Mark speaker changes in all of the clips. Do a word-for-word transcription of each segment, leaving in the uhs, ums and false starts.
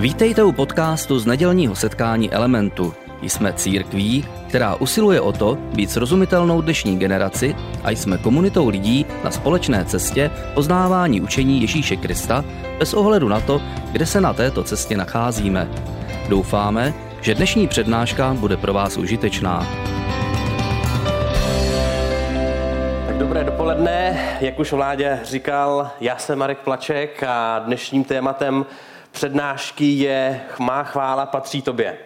Speaker 1: Vítejte u podcastu z nedělního setkání Elementu. Jsme církví, která usiluje o to být srozumitelnou dnešní generaci a jsme komunitou lidí na společné cestě poznávání učení Ježíše Krista bez ohledu na to, kde se na této cestě nacházíme. Doufáme, že dnešní přednáška bude pro vás užitečná.
Speaker 2: Tak dobré dopoledne, jak už Vláďa říkal, já jsem Marek Plaček a dnešním tématem přednášky je Má chvála patří tobě.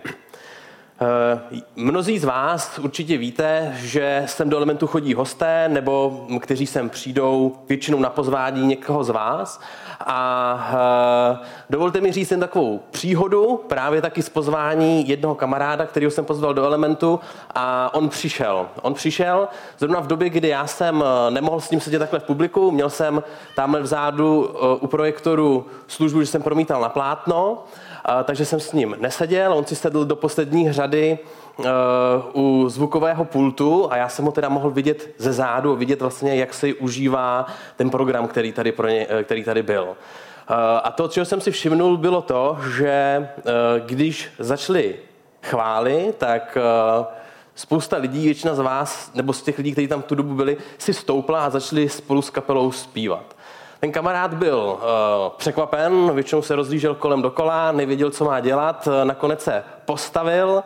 Speaker 2: Mnozí z vás určitě víte, že sem do Elementu chodí hosté, nebo kteří sem přijdou většinou na pozvání někoho z vás. A dovolte mi říct jen takovou příhodu, právě taky z pozvání jednoho kamaráda, kterého jsem pozval do Elementu, a on přišel. On přišel zrovna v době, kdy já jsem nemohl s ním sedět takhle v publiku, měl jsem tamhle vzadu u projektoru službu, že jsem promítal na plátno, takže jsem s ním neseděl, on si sedl do poslední řady uh, u zvukového pultu a já jsem ho teda mohl vidět ze zádu, vidět vlastně, jak si užívá ten program, který tady, pro ně, který tady byl. Uh, a to, čeho jsem si všimnul, bylo to, že uh, když začali chvály, tak uh, spousta lidí, většina z vás, nebo z těch lidí, kteří tam v tu dobu byli, si stoupla a začali spolu s kapelou zpívat. Ten kamarád byl uh, překvapen, většinou se rozlížel kolem dokola, nevěděl, co má dělat, nakonec se postavil,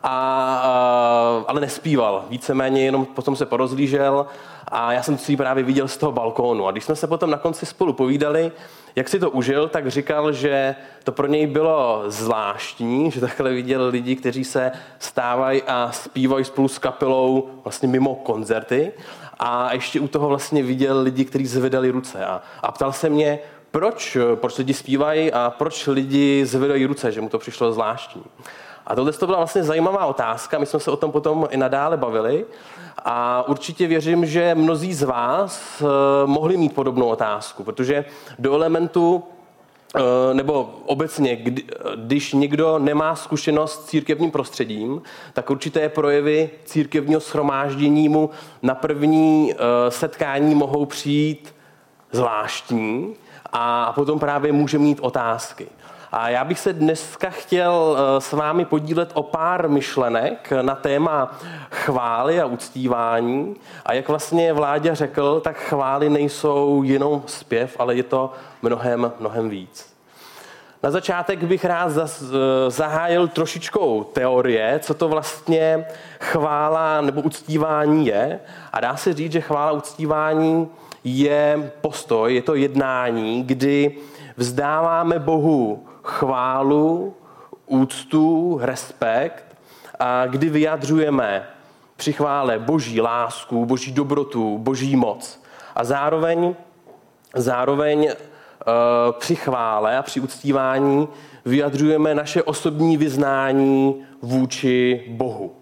Speaker 2: a, uh, ale nespíval. Víceméně jenom potom se porozlížel a já jsem si právě viděl z toho balkónu. A když jsme se potom na konci spolu povídali, jak si to užil, tak říkal, že to pro něj bylo zvláštní, že takhle viděl lidi, kteří se stávají a zpívají spolu s kapelou vlastně mimo koncerty. A ještě u toho vlastně viděl lidi, kteří zvedali ruce. A, a ptal se mě, proč, proč lidi zpívají a proč lidi zvedají ruce, že mu to přišlo zvláštní. A tohle to byla vlastně zajímavá otázka, my jsme se o tom potom i nadále bavili. A určitě věřím, že mnozí z vás uh, mohli mít podobnou otázku, protože do Elementu nebo obecně, kdy, když někdo nemá zkušenost s církevním prostředím, tak určité projevy církevního shromáždění mu na první setkání mohou přijít zvláštní a potom právě může mít otázky. A já bych se dneska chtěl s vámi podílet o pár myšlenek na téma chvály a uctívání. A jak vlastně Vláďa řekl, tak chvály nejsou jenom zpěv, ale je to mnohem, mnohem víc. Na začátek bych rád zahájil trošičkou teorie, co to vlastně chvála nebo uctívání je. A dá se říct, že chvála uctívání je postoj, je to jednání, kdy vzdáváme Bohu chválu, úctu, respekt a kdy vyjadřujeme při chvále Boží lásku, Boží dobrotu, Boží moc. A zároveň, zároveň uh, při chvále a při uctívání vyjadřujeme naše osobní vyznání vůči Bohu.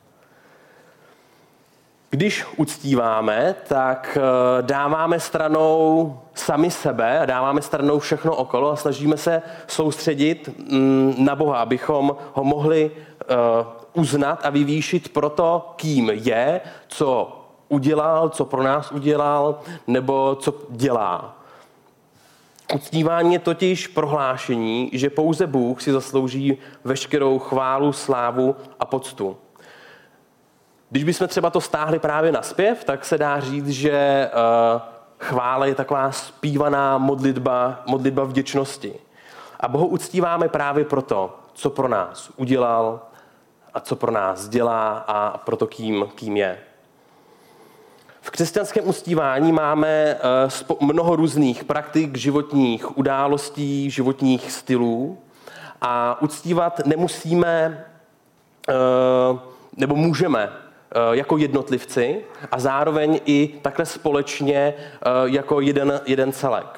Speaker 2: Když uctíváme, tak dáváme stranou sami sebe a dáváme stranou všechno okolo a snažíme se soustředit na Boha, abychom ho mohli uznat a vyvýšit pro to, kým je, co udělal, co pro nás udělal, nebo co dělá. Uctívání je totiž prohlášení, že pouze Bůh si zaslouží veškerou chválu, slávu a poctu. Když bychom třeba to stáhli právě na zpěv, tak se dá říct, že uh, chvála je taková zpívaná modlitba, modlitba vděčnosti. A Bohu uctíváme právě proto, co pro nás udělal a co pro nás dělá a proto, kým, kým je. V křesťanském uctívání máme uh, mnoho různých praktik, životních událostí, životních stylů a uctívat nemusíme uh, nebo můžeme jako jednotlivci a zároveň i takhle společně jako jeden, jeden celek.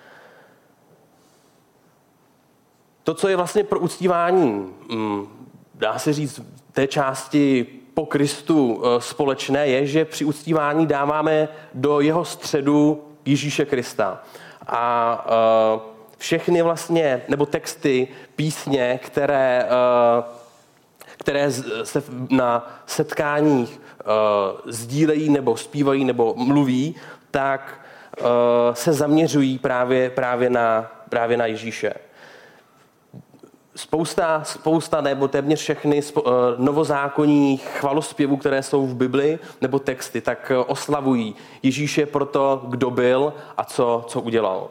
Speaker 2: To, co je vlastně pro uctívání, dá se říct, té části po Kristu společné, je, že při uctívání dáváme do jeho středu Ježíše Krista. A všechny vlastně, nebo texty, písně, které které se na setkáních uh, sdílejí nebo zpívají nebo mluví, tak uh, se zaměřují právě, právě, na, právě na Ježíše. spousta, spousta nebo téměř všechny novozákonní chvalospěvů, které jsou v Bibli, nebo texty, tak oslavují Ježíše pro to, kdo byl a co, co udělal.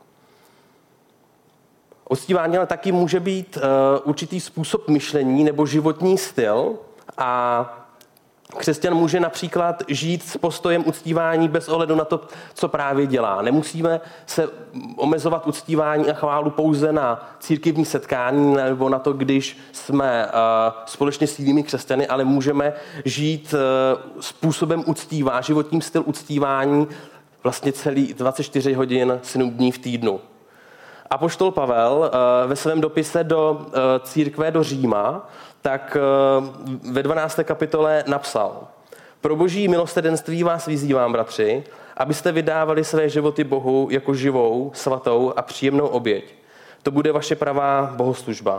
Speaker 2: Uctívání ale taky může být uh, určitý způsob myšlení nebo životní styl a křesťan může například žít s postojem uctívání bez ohledu na to, co právě dělá. Nemusíme se omezovat uctívání a chválu pouze na církevní setkání nebo na to, když jsme uh, společně s jinými křesťany, ale můžeme žít uh, způsobem uctívání, životním styl uctívání vlastně celý dvacet čtyři hodin, sedm dní v týdnu. Apoštol Pavel ve svém dopise do církve do Říma tak ve dvanácté kapitole napsal: Pro boží milosrdenství vás vyzývám, bratři, abyste vydávali své životy Bohu jako živou, svatou a příjemnou oběť. To bude vaše pravá bohoslužba.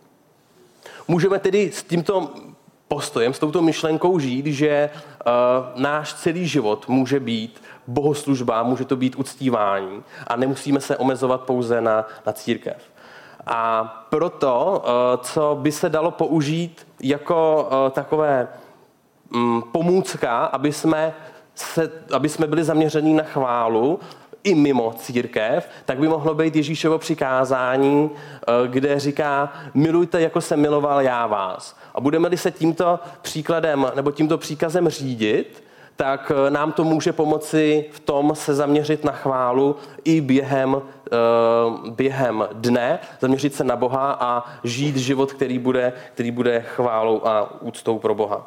Speaker 2: Můžeme tedy s tímto postojem, s touto myšlenkou žít, že uh, náš celý život může být bohoslužba, může to být uctívání a nemusíme se omezovat pouze na, na církev. A proto, uh, co by se dalo použít jako uh, takové um, pomůcka, aby jsme, se, aby jsme byli zaměření na chválu, i mimo církev, tak by mohlo být Ježíšovo přikázání, kde říká: milujte, jako jsem miloval já vás. A budeme-li se tímto příkladem nebo tímto příkazem řídit, tak nám to může pomoci v tom se zaměřit na chválu i během, během dne, zaměřit se na Boha a žít život, který bude, který bude chválou a úctou pro Boha.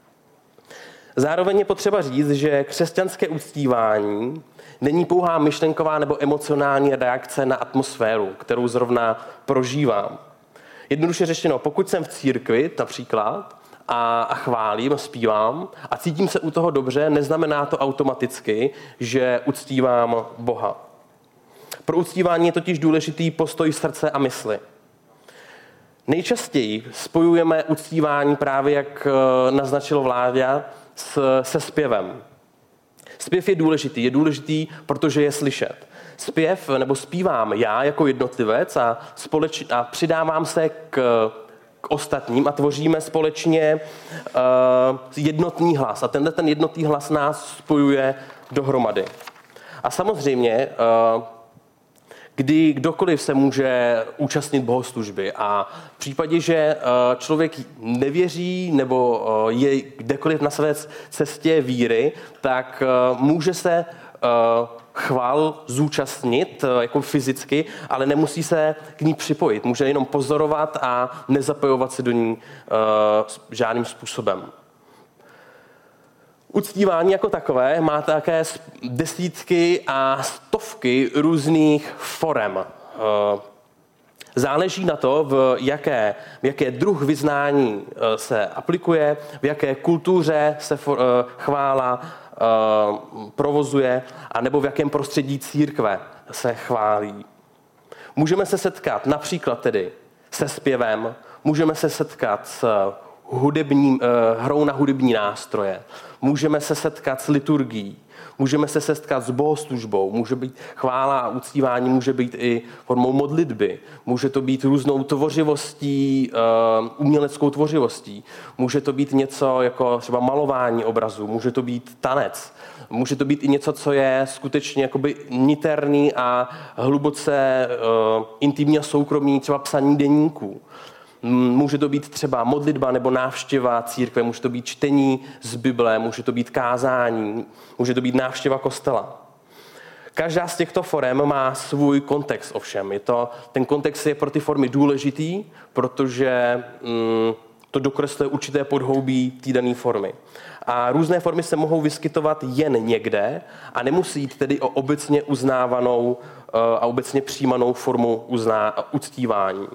Speaker 2: Zároveň je potřeba říct, že křesťanské uctívání není pouhá myšlenková nebo emocionální reakce na atmosféru, kterou zrovna prožívám. Jednoduše řečeno, pokud jsem v církvi například a, a chválím a zpívám a cítím se u toho dobře, neznamená to automaticky, že uctívám Boha. Pro uctívání je totiž důležitý postoj srdce a mysli. Nejčastěji spojujeme uctívání právě, jak naznačil Vláďa, se zpěvem. Zpěv je důležitý. Je důležitý, protože je slyšet. Zpěv nebo zpívám já jako jednotlivec a, společ, a přidávám se k, k ostatním a tvoříme společně uh, jednotný hlas. A tenhle ten jednotný hlas nás spojuje dohromady. A samozřejmě, uh, kdy kdokoliv se může účastnit bohoslužby a v případě, že člověk nevěří nebo je kdekoliv na své cestě víry, tak může se chvál zúčastnit jako fyzicky, ale nemusí se k ní připojit. Může jenom pozorovat a nezapojovat se do ní žádným způsobem. Uctívání jako takové má také desítky a stovky různých forem. Záleží na to, v jaké, v jaké druh vyznání se aplikuje, v jaké kultuře se chvála provozuje, anebo v jakém prostředí církve se chválí. Můžeme se setkat například tedy se zpěvem, můžeme se setkat s hudebním, hrou na hudební nástroje, můžeme se setkat s liturgií, můžeme se setkat s bohoslužbou, může být chvála a uctívání, může být i formou modlitby, může to být různou tvořivostí, uměleckou tvořivostí, může to být něco jako třeba malování obrazu, může to být tanec, může to být i něco, co je skutečně jakoby niterný a hluboce intimní a soukromý, třeba psaní deníků. Může to být třeba modlitba nebo návštěva církve, může to být čtení z Bible, může to být kázání, může to být návštěva kostela. Každá z těchto forem má svůj kontext ovšem. Je to, ten kontext je pro ty formy důležitý, protože mm, to dokresluje určité podhoubí té dané formy. A různé formy se mohou vyskytovat jen někde a nemusí jít tedy o obecně uznávanou a obecně přijímanou formu uzná, uctívání.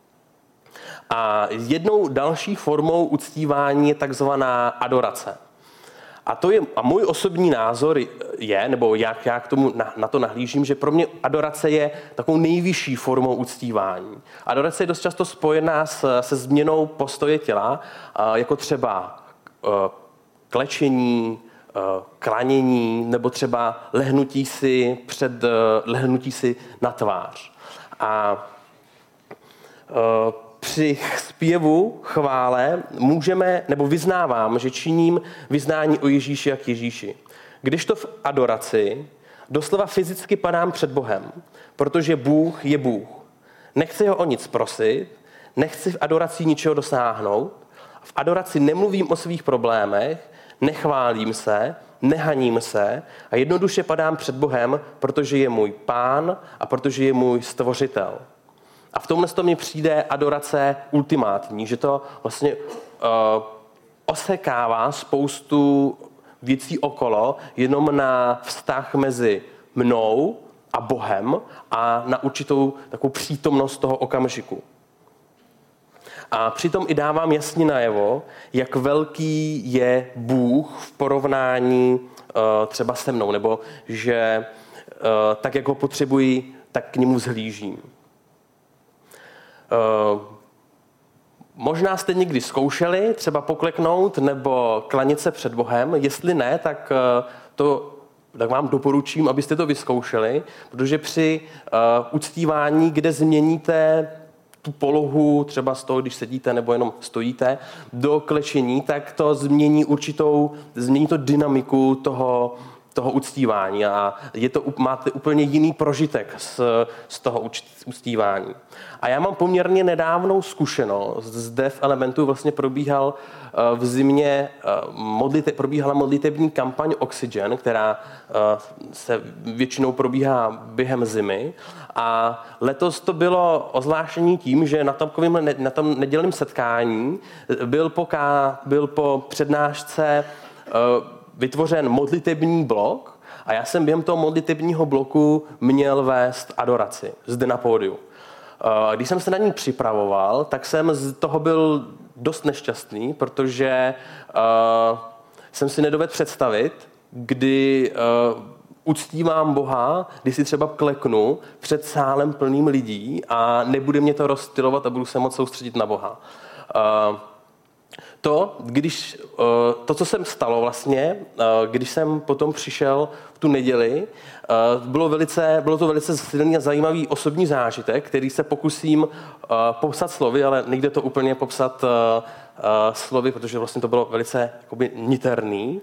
Speaker 2: A jednou další formou uctívání je takzvaná adorace. A, to je, a můj osobní názor je, nebo jak já k tomu na, na to nahlížím, že pro mě adorace je takovou nejvyšší formou uctívání. Adorace je dost často spojená s, se změnou postoje těla, jako třeba klečení, klanění, nebo třeba lehnutí si, před, lehnutí si na tvář. A při zpěvu chvále můžeme, nebo vyznávám, že činím vyznání o Ježíši jak Ježíši. Když to v adoraci doslova fyzicky padám před Bohem, protože Bůh je Bůh. Nechci ho o nic prosit, nechci v adoraci ničeho dosáhnout. V adoraci nemluvím o svých problémech, nechválím se, nehaním se a jednoduše padám před Bohem, protože je můj Pán a protože je můj Stvořitel. A v tomhle to mi přijde adorace ultimátní, že to vlastně uh, osekává spoustu věcí okolo, jenom na vztah mezi mnou a Bohem a na určitou takovou přítomnost toho okamžiku. A přitom i dávám jasně najevo, jak velký je Bůh v porovnání uh, třeba se mnou, nebo že uh, tak, jak ho potřebuji, tak k němu vzhlížím. Uh, možná jste někdy zkoušeli třeba pokleknout nebo klanit se před Bohem. Jestli ne, tak, uh, to, tak vám doporučím, abyste to vyzkoušeli, protože při uh, uctívání, kde změníte tu polohu, třeba z toho, když sedíte nebo jenom stojíte, do klečení, tak to změní určitou, změní to dynamiku toho, toho uctívání a je to, máte úplně jiný prožitek z, z toho uctívání. A já mám poměrně nedávnou zkušenost. Zde v Elementu vlastně probíhal v zimě, modlite, probíhala modlitební kampaň Oxygen, která se většinou probíhá během zimy. A letos to bylo ozvláštní tím, že na tom, na tom nedělném setkání byl po, byl po přednášce vytvořen modlitební blok a já jsem během toho modlitebního bloku měl vést adoraci zde na pódiu. Když jsem se na ní připravoval, tak jsem z toho byl dost nešťastný, protože uh, jsem si nedovedl představit, kdy uh, uctívám Boha, když si třeba kleknu před sálem plným lidí a nebude mě to rozstylovat a budu se moc soustředit na Boha. Uh, To, když, to, co jsem stalo vlastně, když jsem potom přišel v tu neděli, bylo, velice, bylo to velice silný a zajímavý osobní zážitek, který se pokusím popsat slovy, ale nejde to úplně popsat slovy, protože vlastně to bylo velice jakoby niterný.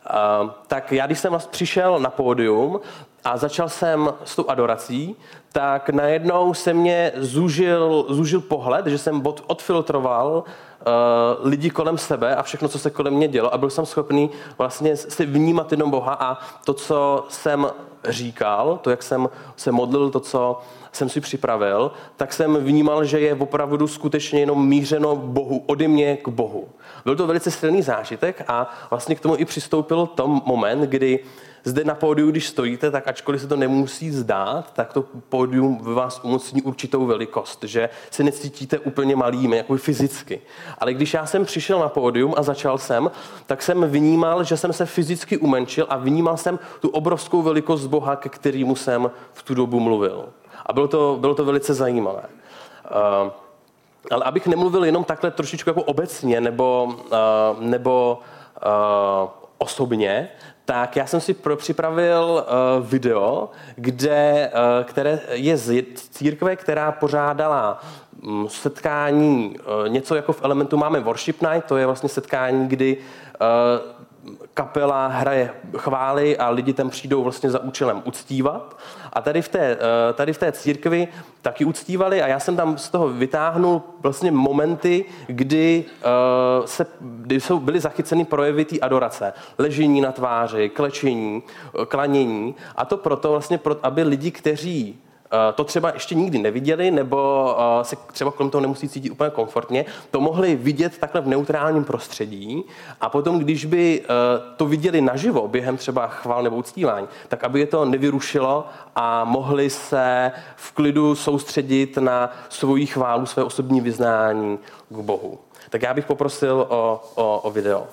Speaker 2: Tak já, když jsem vlastně přišel na pódium a začal jsem s tou adorací, tak najednou se mě zúžil, zúžil pohled, že jsem odfiltroval Uh, lidi kolem sebe a všechno, co se kolem mě dělo a byl jsem schopný vlastně si vnímat jenom Boha a to, co jsem říkal, to, jak jsem se modlil, to, co jsem si připravil, tak jsem vnímal, že je opravdu skutečně jenom mířeno Bohu, ode mě k Bohu. Byl to velice silný zážitek a vlastně k tomu i přistoupil tom moment, kdy zde na pódiu, když stojíte, tak ačkoliv se to nemusí zdát, tak to pódium ve vás umocní určitou velikost, že se necítíte úplně malými, jako fyzicky. Ale když já jsem přišel na pódium a začal jsem, tak jsem vnímal, že jsem se fyzicky umenšil a vnímal jsem tu obrovskou velikost Boha, ke kterému jsem v tu dobu mluvil. A bylo to, bylo to velice zajímavé. Uh, ale abych nemluvil jenom takhle trošičku jako obecně nebo, uh, nebo uh, osobně, tak já jsem si připravil uh, video, kde, uh, které je z církve, která pořádala um, setkání, uh, něco jako v Elementu máme Worship Night, to je vlastně setkání, kdy uh, kapela hraje chvály a lidi tam přijdou vlastně za účelem uctívat. A tady v té, tady v té církvi taky uctívali a já jsem tam z toho vytáhnul vlastně momenty, kdy, se, kdy jsou, byly zachyceny projevy té adorace. Ležení na tváři, klečení, klanění. A to proto vlastně, aby lidi, kteří to třeba ještě nikdy neviděli, nebo se třeba kolem toho nemusí cítit úplně komfortně, to mohli vidět takhle v neutrálním prostředí a potom, když by to viděli naživo během třeba chvál nebo uctívání, tak aby je to nevyrušilo a mohli se v klidu soustředit na svoji chválu, své osobní vyznání k Bohu. Tak já bych poprosil o, o, o video.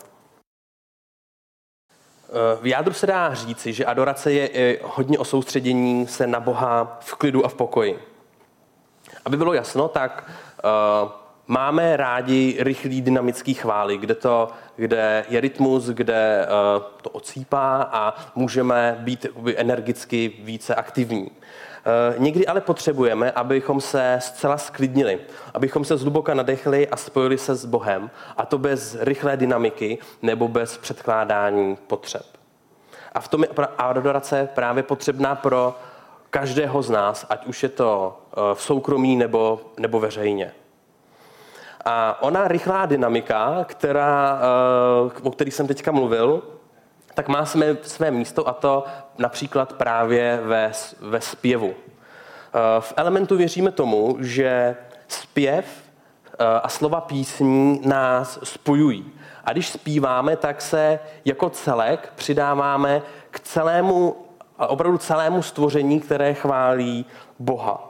Speaker 2: V jádru se dá říci, že adorace je i hodně o soustředění se na Boha v klidu a v pokoji. Aby bylo jasno, tak uh, máme rádi rychlý dynamický chvály, kde, to, kde je rytmus, kde uh, to odsýpá a můžeme být energicky více aktivní. Uh, někdy ale potřebujeme, abychom se zcela sklidnili, abychom se zhluboka nadechli a spojili se s Bohem, a to bez rychlé dynamiky nebo bez předkládání potřeb. A v tom je adorace právě potřebná pro každého z nás, ať už je to v soukromí nebo, nebo veřejně. A ona rychlá dynamika, která, o které jsem teďka mluvil, tak má své, své místo, a to například právě ve, ve zpěvu. V Elementu věříme tomu, že zpěv a slova písní nás spojují. A když zpíváme, tak se jako celek přidáváme k celému, opravdu celému stvoření, které chválí Boha.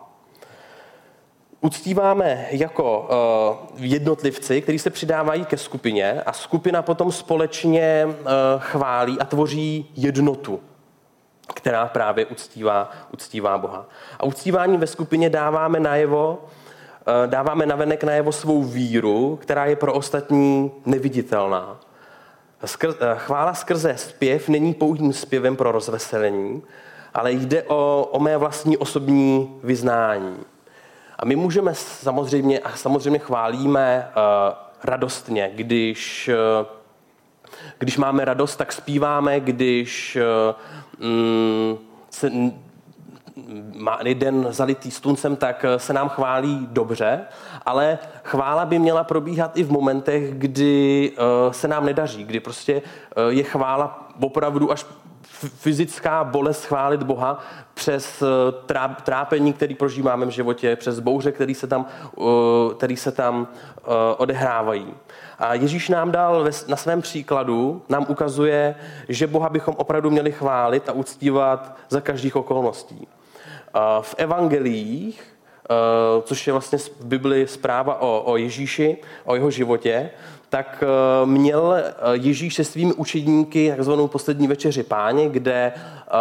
Speaker 2: Uctíváme jako uh, jednotlivci, kteří se přidávají ke skupině, a skupina potom společně uh, chválí a tvoří jednotu, která právě uctívá, uctívá Boha. A uctívání ve skupině dáváme najevo, uh, dáváme navenek najevo svou víru, která je pro ostatní neviditelná. Skr- uh, chvála skrze zpěv není pouhým zpěvem pro rozveselení, ale jde o, o mé vlastní osobní vyznání. A my můžeme samozřejmě, a samozřejmě chválíme uh, radostně, když, uh, když máme radost, tak zpíváme, když uh, um, se má den zalitý sluncem, tak se nám chválí dobře, ale chvála by měla probíhat i v momentech, kdy uh, se nám nedaří, kdy prostě uh, je chvála opravdu až fyzická bolest chválit Boha přes trápení, který prožíváme v životě, přes bouře, který se tam, který se tam odehrávají. A Ježíš nám dal na svém příkladu, nám ukazuje, že Boha bychom opravdu měli chválit a uctívat za každých okolností. V evangeliích, což je vlastně v Bibli zpráva o, o Ježíši, o jeho životě, tak měl Ježíš se svými učedníky takzvanou poslední večeři Páně, kde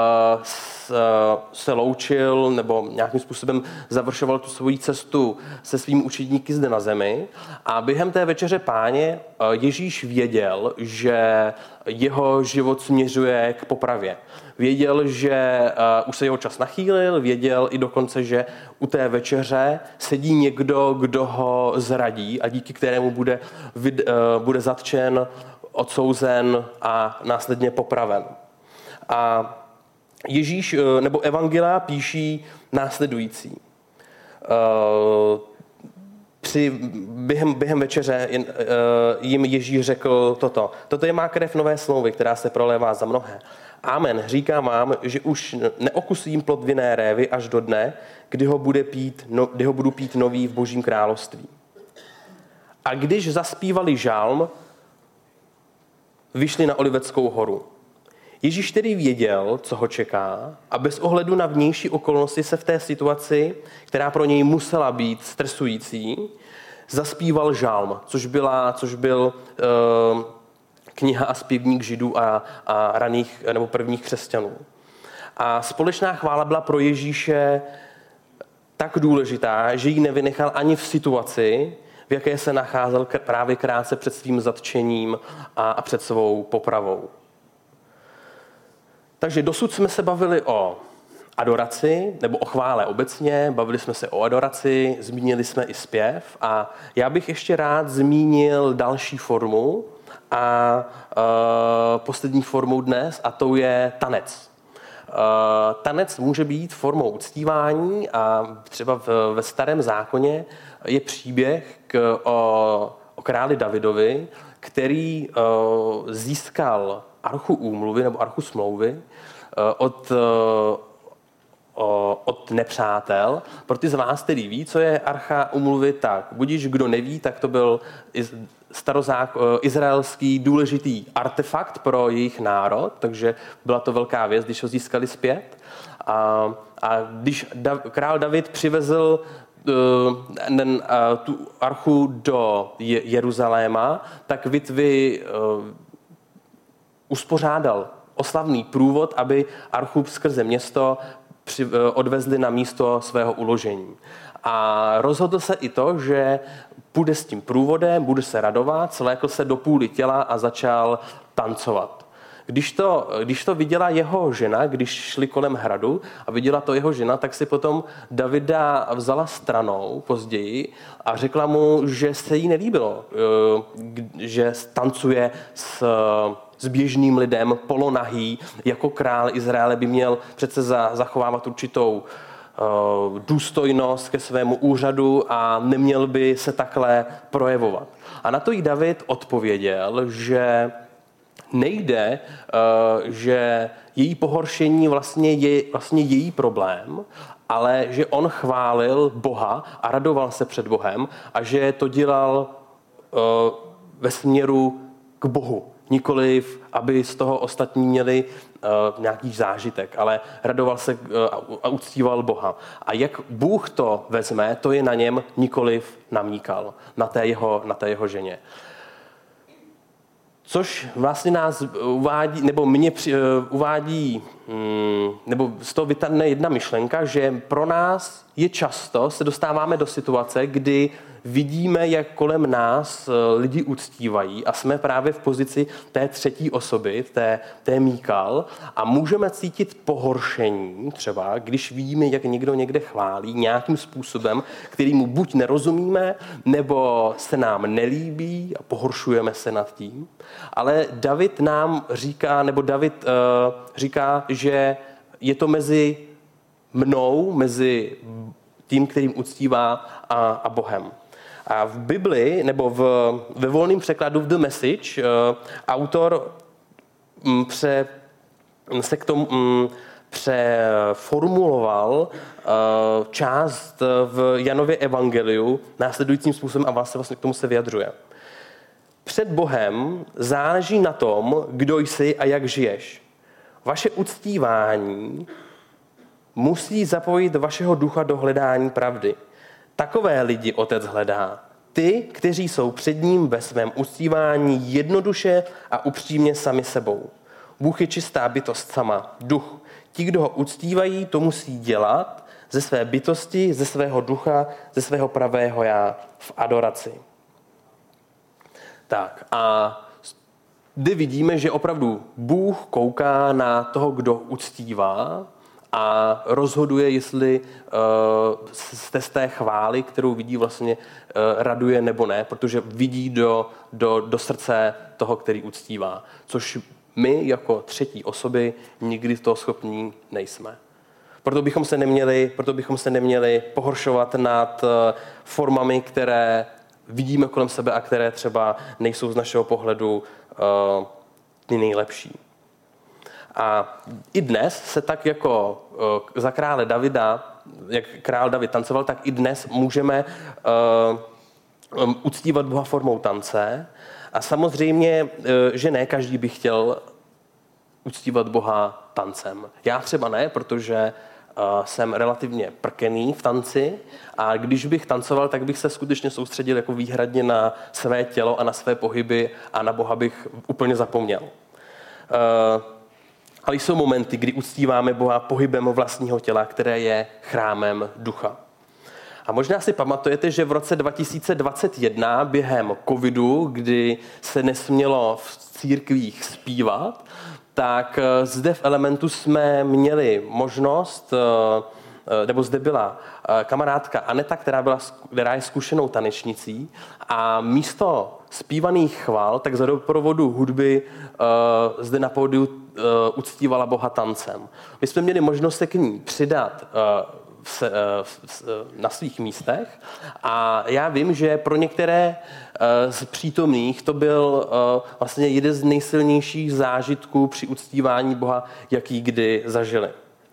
Speaker 2: se loučil nebo nějakým způsobem završoval tu svoji cestu se svými učedníky zde na zemi. A během té večeře Páně Ježíš věděl, že jeho život směřuje k popravě. Věděl, že uh, už se jeho čas nachýlil, věděl i dokonce, že u té večeře sedí někdo, kdo ho zradí a díky kterému bude, vid, uh, bude zatčen, odsouzen a následně popraven. A Ježíš uh, nebo evangelia píší následující. Uh, Při, během, během večeře uh, jim Ježíš řekl toto. Toto je má krev nové smlouvy, která se prolévá za mnohé. Amen, říkám vám, že už neokusím plod vinné révy až do dne, kdy ho, bude pít, no, kdy ho budu pít nový v Božím království. A když zaspívali žalm, vyšli na Oliveckou horu. Ježíš tedy věděl, co ho čeká, a bez ohledu na vnější okolnosti se v té situaci, která pro něj musela být stresující, zaspíval žalm, což, byla, což byl uh, kniha a zpěvník Židů a, a raných nebo prvních křesťanů. A společná chvála byla pro Ježíše tak důležitá, že ji nevynechal ani v situaci, v jaké se nacházel právě krátce před svým zatčením a, a před svou popravou. Takže dosud jsme se bavili o adoraci, nebo o chvále obecně, bavili jsme se o adoraci, zmínili jsme i zpěv, a já bych ještě rád zmínil další formu, a uh, poslední formou dnes, a to je tanec. Uh, tanec může být formou uctívání, a třeba v, ve Starém zákoně je příběh k, o, o králi Davidovi, který uh, získal archu úmluvy nebo archu smlouvy uh, od, uh, od nepřátel. Pro ty z vás, který ví, co je archa úmluvy, tak budiž kdo neví, tak to byl starozák, izraelský důležitý artefakt pro jejich národ, takže byla to velká věc, když ho získali zpět. A, a když da, král David přivezl uh, ten, uh, tu archu do Je- Jeruzaléma, tak Vitvy uh, uspořádal oslavný průvod, aby archu skrze město při, uh, odvezli na místo svého uložení. A rozhodl se i to, že půjde s tím průvodem, bude se radovat, svlékl se do půly těla a začal tancovat. Když to, když to viděla jeho žena, když šli kolem hradu a viděla to jeho žena, tak si potom Davida vzala stranou později a řekla mu, že se jí nelíbilo, že tancuje s, s běžným lidem, polonahý, jako král Izraele by měl přece za, zachovávat určitou důstojnost ke svému úřadu a neměl by se takhle projevovat. A na to jí David odpověděl, že nejde, že její pohoršení vlastně je vlastně její problém, ale že on chválil Boha a radoval se před Bohem a že to dělal ve směru k Bohu. Nikoliv, aby z toho ostatní měli uh, nějaký zážitek, ale radoval se uh, a uctíval Boha. A jak Bůh to vezme, to je na něm, nikoliv namíkal, na té jeho, na té jeho ženě. Což vlastně nás uvádí, nebo mě při, uh, uvádí, um, nebo z toho vytadne jedna myšlenka, že pro nás je často, se dostáváme do situace, kdy vidíme, jak kolem nás lidi uctívají a jsme právě v pozici té třetí osoby, té, té Míkal a můžeme cítit pohoršení třeba, když vidíme, jak někdo někde chválí nějakým způsobem, kterýmu buď nerozumíme, nebo se nám nelíbí a pohoršujeme se nad tím. Ale David nám říká, nebo David uh, říká, že je to mezi mnou, mezi tím, kterým uctívá a, a Bohem. A v Bibli, nebo v, ve volném překladu v The Message, uh, autor um, pře, se k tomu um, přeformuloval uh, část v Janově evangeliu následujícím způsobem a vlastně, vlastně k tomu se vyjadřuje. Před Bohem záleží na tom, kdo jsi a jak žiješ. Vaše uctívání musí zapojit vašeho ducha do hledání pravdy. Takové lidi Otec hledá. Ty, kteří jsou před ním ve svém uctívání jednoduše a upřímně sami sebou. Bůh je čistá bytost sama, duch. Ti, kdo ho uctívají, to musí dělat ze své bytosti, ze svého ducha, ze svého pravého já v adoraci. Tak a kdy vidíme, že opravdu Bůh kouká na toho, kdo uctívá, a rozhoduje, jestli uh, jste z té chvály, kterou vidí, vlastně uh, raduje nebo ne, protože vidí do, do, do srdce toho, který uctívá. Což my jako třetí osoby nikdy toho schopní nejsme. Proto bychom se neměli, proto bychom se neměli pohoršovat nad uh, formami, které vidíme kolem sebe a které třeba nejsou z našeho pohledu uh, ty nejlepší. A i dnes se tak jako uh, za krále Davida, jak král David tancoval, tak i dnes můžeme uh, um, uctívat Boha formou tance. A samozřejmě, uh, že ne každý by chtěl uctívat Boha tancem. Já třeba ne, protože uh, jsem relativně prkený v tanci a když bych tancoval, tak bych se skutečně soustředil jako výhradně na své tělo a na své pohyby a na Boha bych úplně zapomněl. Uh, Ale jsou momenty, kdy uctíváme Boha pohybem vlastního těla, které je chrámem ducha. A možná si pamatujete, že v roce dva tisíce dvacet jedna během covidu, kdy se nesmělo v církvích zpívat, tak zde v Elementu jsme měli možnost, nebo zde byla kamarádka Aneta, která, byla, která je zkušenou tanečnicí a místo zpívaných chval, tak za doprovodu hudby uh, zde na pódiu uh, uctívala Boha tancem. My jsme měli možnost se k ní přidat uh, v, uh, v, na svých místech a já vím, že pro některé uh, z přítomných to byl uh, vlastně jeden z nejsilnějších zážitků při uctívání Boha, jaký kdy zažili.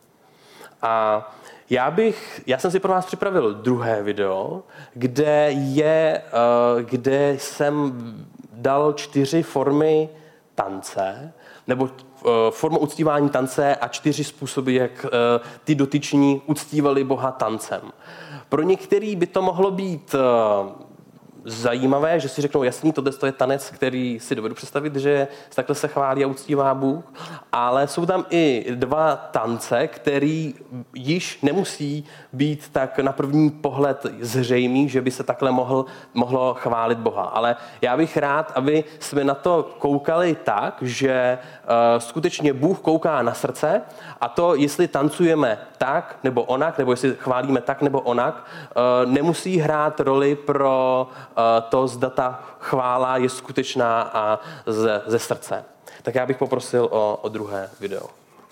Speaker 2: A Já bych, já jsem si pro vás připravil druhé video, kde je, kde jsem dal čtyři formy tance, nebo formu uctívání tance a čtyři způsoby, jak ty dotyční uctívali Boha tancem. Pro některý by to mohlo být zajímavé, že si řeknou, jasný, tohle je tanec, který si dovedu představit, že takhle se chválí a uctívá Bůh, ale jsou tam i dva tance, který již nemusí být tak na první pohled zřejmý, že by se takhle mohl, mohlo chválit Boha. Ale já bych rád, aby jsme na to koukali tak, že uh, skutečně Bůh kouká na srdce a to, jestli tancujeme tak nebo onak, nebo jestli chválíme tak nebo onak, uh, nemusí hrát roli pro uh, to, zda ta chvála je skutečná a ze, ze srdce. Tak já bych poprosil o, o druhé video.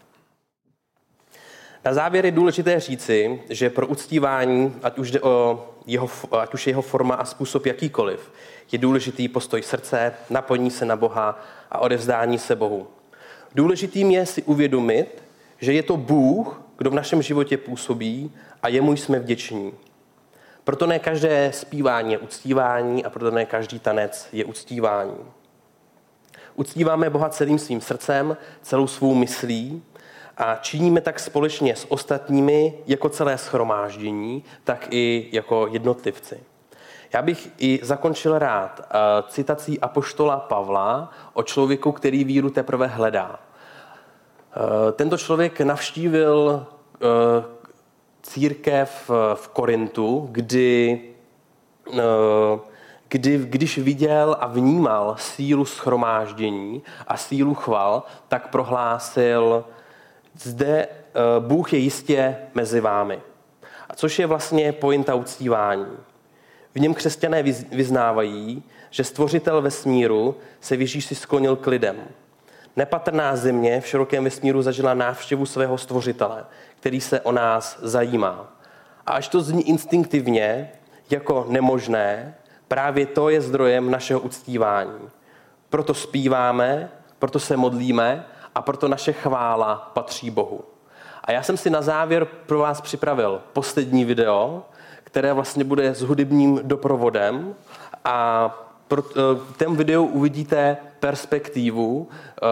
Speaker 2: Na závěr je důležité říci, že pro uctívání, ať už, jde o jeho, ať už jeho forma a způsob jakýkoliv, je důležitý postoj srdce, napojení se na Boha a odevzdání se Bohu. Důležitým je si uvědomit, že je to Bůh, kdo v našem životě působí a jemu jsme vděční. Proto ne každé zpívání je uctívání a proto ne každý tanec je uctívání. Uctíváme Boha celým svým srdcem, celou svou myslí a činíme tak společně s ostatními jako celé shromáždění, tak i jako jednotlivci. Já bych i zakončil rád uh, citací apoštola Pavla o člověku, který víru teprve hledá. Uh, tento člověk navštívil uh, církev v Korintu, kdy, uh, kdy, když viděl a vnímal sílu shromáždění a sílu chval, tak prohlásil, zde uh, Bůh je jistě mezi vámi. A což je vlastně pointa uctívání. V něm křesťané vyznávají, že stvořitel vesmíru se v Ježíši sklonil k lidem. Nepatrná země v širokém vesmíru zažila návštěvu svého stvořitele, který se o nás zajímá. A až to zní instinktivně jako nemožné, právě to je zdrojem našeho uctívání. Proto zpíváme, proto se modlíme a proto naše chvála patří Bohu. A já jsem si na závěr pro vás připravil poslední video, které vlastně bude s hudebním doprovodem a pro ten videu uvidíte perspektivu,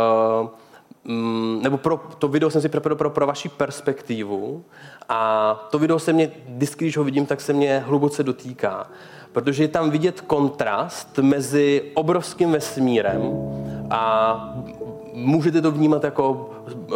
Speaker 2: nebo pro, to video jsem si připravil pro, pro vaši perspektivu a to video se mě, vždycky, když ho vidím, tak se mě hluboce dotýká, protože je tam vidět kontrast mezi obrovským vesmírem a můžete to vnímat jako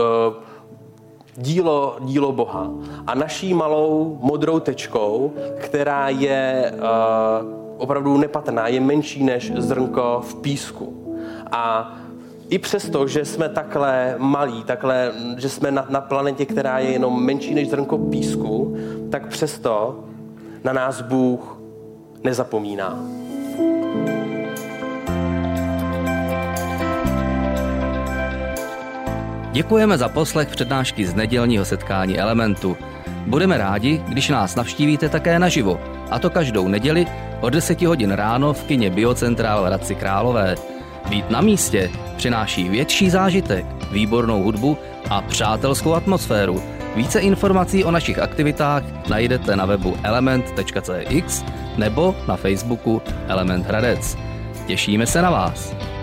Speaker 2: dílo, dílo Boha a naší malou modrou tečkou, která je uh, opravdu nepatrná, je menší než zrnko v písku. A i přesto, že jsme takhle malí, takhle, že jsme na, na planetě, která je jenom menší než zrnko písku, tak přesto na nás Bůh nezapomíná.
Speaker 1: Děkujeme za poslech přednášky z nedělního setkání Elementu. Budeme rádi, když nás navštívíte také naživo, a to každou neděli od deseti hodin ráno v kině Biocentrál v Hradci Králové. Být na místě přináší větší zážitek, výbornou hudbu a přátelskou atmosféru. Více informací o našich aktivitách najdete na webu element tečka cé x nebo na Facebooku Element Hradec. Těšíme se na vás.